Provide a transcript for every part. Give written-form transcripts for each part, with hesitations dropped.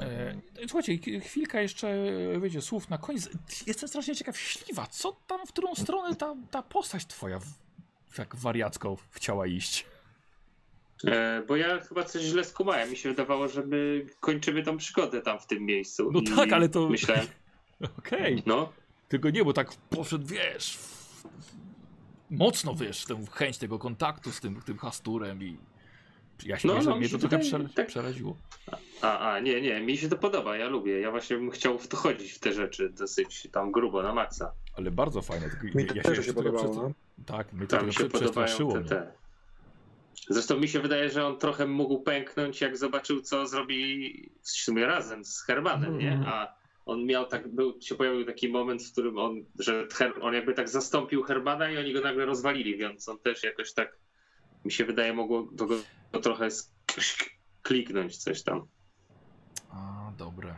Słuchajcie, chwilka jeszcze, wiecie, słów na koniec. Jestem strasznie ciekaw, Śliwa, co tam, w którą stronę ta postać twoja tak wariacko chciała iść? Bo ja chyba coś źle skumałem. Mi się wydawało, że my kończymy tą przygodę tam w tym miejscu. No tak, ale to... Myślałem... Okej. No. Tylko nie, bo tak poszedł, wiesz... Mocno, wiesz, tę chęć tego kontaktu z tym Hasturem i... Ja się mnie to trochę przeraziło. Nie, mi się to podoba, ja lubię. Ja właśnie bym chciał w to chodzić, w te rzeczy dosyć tam grubo, na maksa. Ale bardzo fajne. Mi to też się podobało, no. Tak, mi to się przestraszyło. Zresztą mi się wydaje, że on trochę mógł pęknąć, jak zobaczył, co zrobili w sumie razem z Hermanem, nie? A on miał się pojawił taki moment, w którym on jakby tak zastąpił Hermana i oni go nagle rozwalili, więc on też jakoś tak, mi się wydaje, mogło go trochę kliknąć coś tam. A, dobre.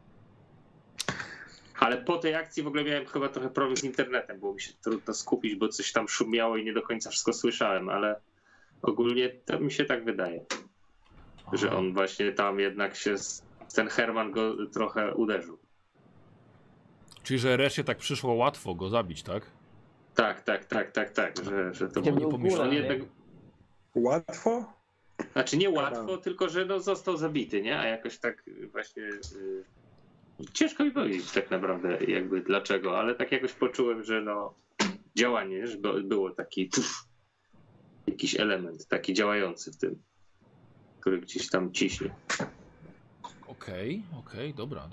Ale po tej akcji w ogóle miałem chyba trochę problem z internetem, było mi się trudno skupić, bo coś tam szumiało i nie do końca wszystko słyszałem, ale ogólnie to mi się tak wydaje, że on właśnie tam jednak ten Herman go trochę uderzył. Czyli, że reszcie tak przyszło łatwo go zabić, tak? Tak, że to było niepomyślane. Jednak... Łatwo? Znaczy nie łatwo, tylko że no, został zabity, nie? A jakoś tak właśnie ciężko mi powiedzieć tak naprawdę jakby dlaczego, ale tak jakoś poczułem, że no działanie, że było taki jakiś element taki działający w tym, który gdzieś tam ciśnie. Okej, dobra.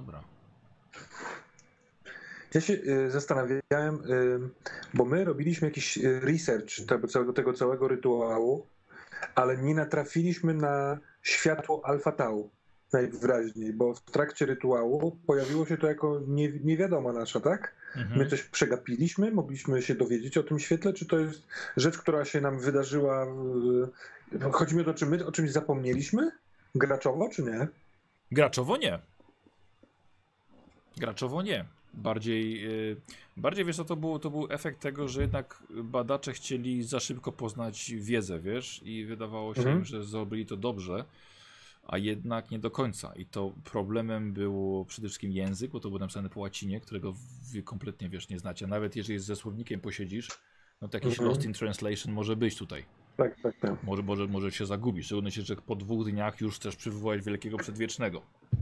Ja się zastanawiałem, bo my robiliśmy jakiś research tego całego rytuału, ale nie natrafiliśmy na światło Alfa Tau najwyraźniej, bo w trakcie rytuału pojawiło się to jako niewiadoma nasza, tak? My coś przegapiliśmy, mogliśmy się dowiedzieć o tym świetle, czy to jest rzecz, która się nam wydarzyła, chodzi mi o to, czy my o czymś zapomnieliśmy? Graczowo, czy nie? Graczowo nie. Bardziej wiesz co, to był efekt tego, że jednak badacze chcieli za szybko poznać wiedzę, wiesz, i wydawało się im, że zrobili to dobrze, a jednak nie do końca. I to problemem był przede wszystkim język, bo to było napisane po łacinie, którego wy kompletnie, wiesz, nie znacie. Nawet jeżeli ze słownikiem posiedzisz, no to jakiś lost in translation może być tutaj. Tak. Może się zagubisz. Szczególnie się, że po 2 dniach już chcesz przywołać Wielkiego Przedwiecznego.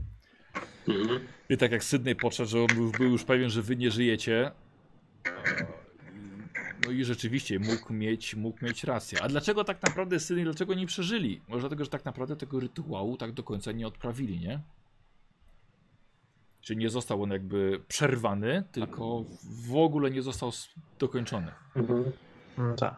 I tak jak Sydney podszedł, że on był już pewien, że wy nie żyjecie. No i rzeczywiście mógł mieć rację. A dlaczego tak naprawdę Sydney, dlaczego nie przeżyli? Może dlatego, że tak naprawdę tego rytuału tak do końca nie odprawili, nie? Czyli nie został on jakby przerwany, tylko w ogóle nie został dokończony. Tak.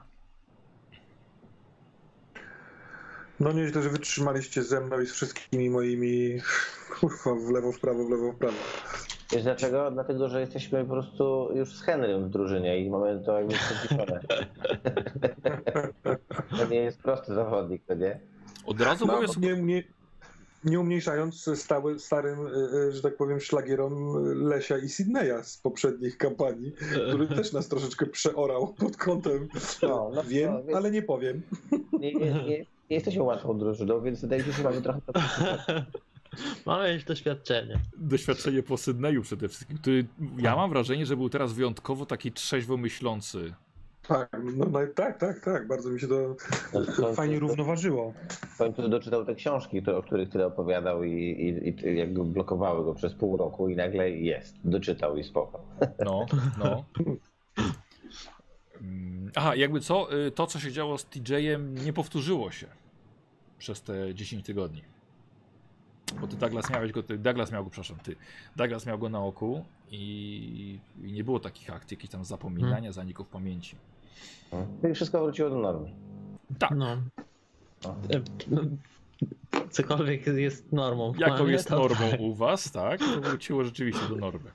No nieźle, że wytrzymaliście ze mną i z wszystkimi moimi w lewo, w prawo. Wiesz dlaczego? Dlatego, że jesteśmy po prostu już z Henrym w drużynie i mamy to jakby przeciwko. To nie jest prosty zawodnik, to nie? Od razu mówię nie umniejszając starym, że tak powiem, szlagierom Lesia i Sydneya z poprzednich kampanii, który też nas troszeczkę przeorał pod kątem. Wiem, ale nie powiem. Nie jesteśmy łatwą drużyną, więc wydaje mi się, że mamy trochę... Mamy już doświadczenie. Doświadczenie po Sydneyu przede wszystkim, który ja mam wrażenie, że był teraz wyjątkowo taki trzeźwo myślący. Tak. Bardzo mi się to fajnie równoważyło. W końcu doczytał te książki, o których tyle opowiadał i jakby blokowały go przez pół roku i nagle doczytał i spoko. No. Aha, jakby to co się działo z TJ-em nie powtórzyło się przez te 10 tygodni. Bo ty Douglas miał go na oku i nie było takich akcji, jakichś tam zapominania, zaników pamięci. I wszystko wróciło do normy. Tak. No. Cokolwiek jest normą. Jaką jest normą u was, tak? To wróciło rzeczywiście do normy.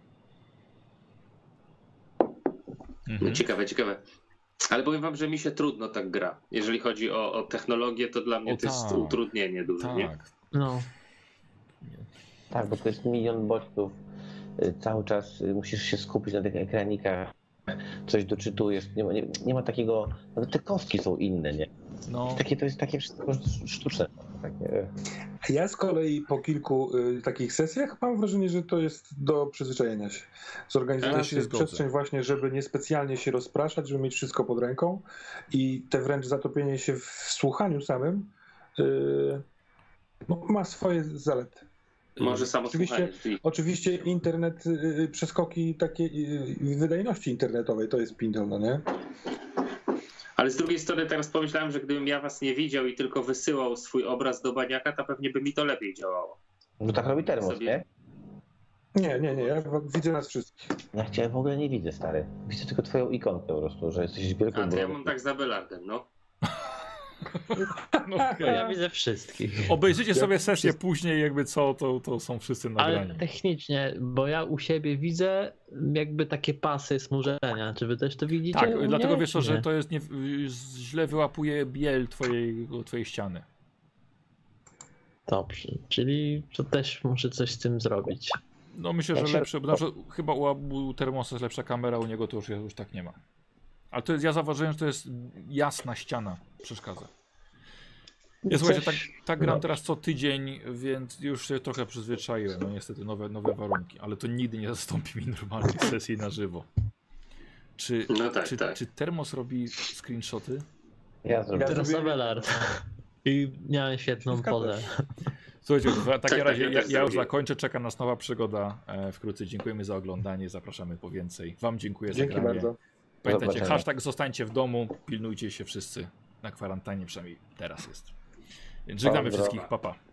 Ciekawe. Ale powiem wam, że mi się trudno tak gra. Jeżeli chodzi o technologię, to dla mnie to jest utrudnienie duże, tak. Nie? No. Tak, bo to jest milion bodźców. Cały czas musisz się skupić na tych ekranikach. Coś doczytujesz. Nie ma takiego... Nawet te kostki są inne, nie? No. To jest takie wszystko sztuczne. Takie... Ja z kolei po kilku takich sesjach mam wrażenie, że to jest do przyzwyczajenia się. Zorganizować się zgodzę. przestrzeń właśnie, żeby niespecjalnie się rozpraszać, żeby mieć wszystko pod ręką i te wręcz zatopienie się w słuchaniu samym ma swoje zalety. Może samo słuchanie. Oczywiście internet, przeskoki takiej wydajności internetowej to jest pindel, no nie? Ale z drugiej strony teraz pomyślałem, że gdybym ja was nie widział i tylko wysyłał swój obraz do baniaka, to pewnie by mi to lepiej działało. No tak robi termos, sobie... nie? Nie, ja widzę nas wszystkich. Ja cię w ogóle nie widzę, stary. Widzę tylko twoją ikonkę po prostu, że jesteś wielką... A to ja mam tak za Belardem, no. No, Ja widzę wszystkich. obejrzyjcie sobie sesję później, jakby co, to są wszyscy nagrani. Ale technicznie, bo ja u siebie widzę jakby takie pasy smużenia. Czy wy też to widzicie? Tak, u mnie? dlatego wiesz co, że Nie. to jest źle wyłapuje biel twojej ściany. Dobrze, czyli to też muszę coś z tym zrobić. No myślę, że lepsze, bo na przykład chyba u Termosa jest lepsza kamera, u niego to już tak nie ma. Ale to jest, ja zauważyłem, że to jest jasna ściana, przeszkadza. Ja słuchajcie, tak gram teraz co tydzień, więc już się trochę przyzwyczaiłem. No niestety nowe warunki, ale to nigdy nie zastąpi mi normalnej sesji na żywo. Czy Termos robi screenshoty? Ja zrobię. Teraz Abelard. I miałem świetną pozę. Słuchajcie, w takim razie ja już zrobię. zakończę, czeka nas nowa przygoda wkrótce. Dziękujemy za oglądanie, zapraszamy po więcej. Wam dziękuję Dzięki za granie. bardzo. Pamiętajcie, Zobaczenia. hashtag zostańcie w domu, pilnujcie się wszyscy na kwarantannie, przynajmniej teraz jest. Żegnamy Dobra. wszystkich, pa pa.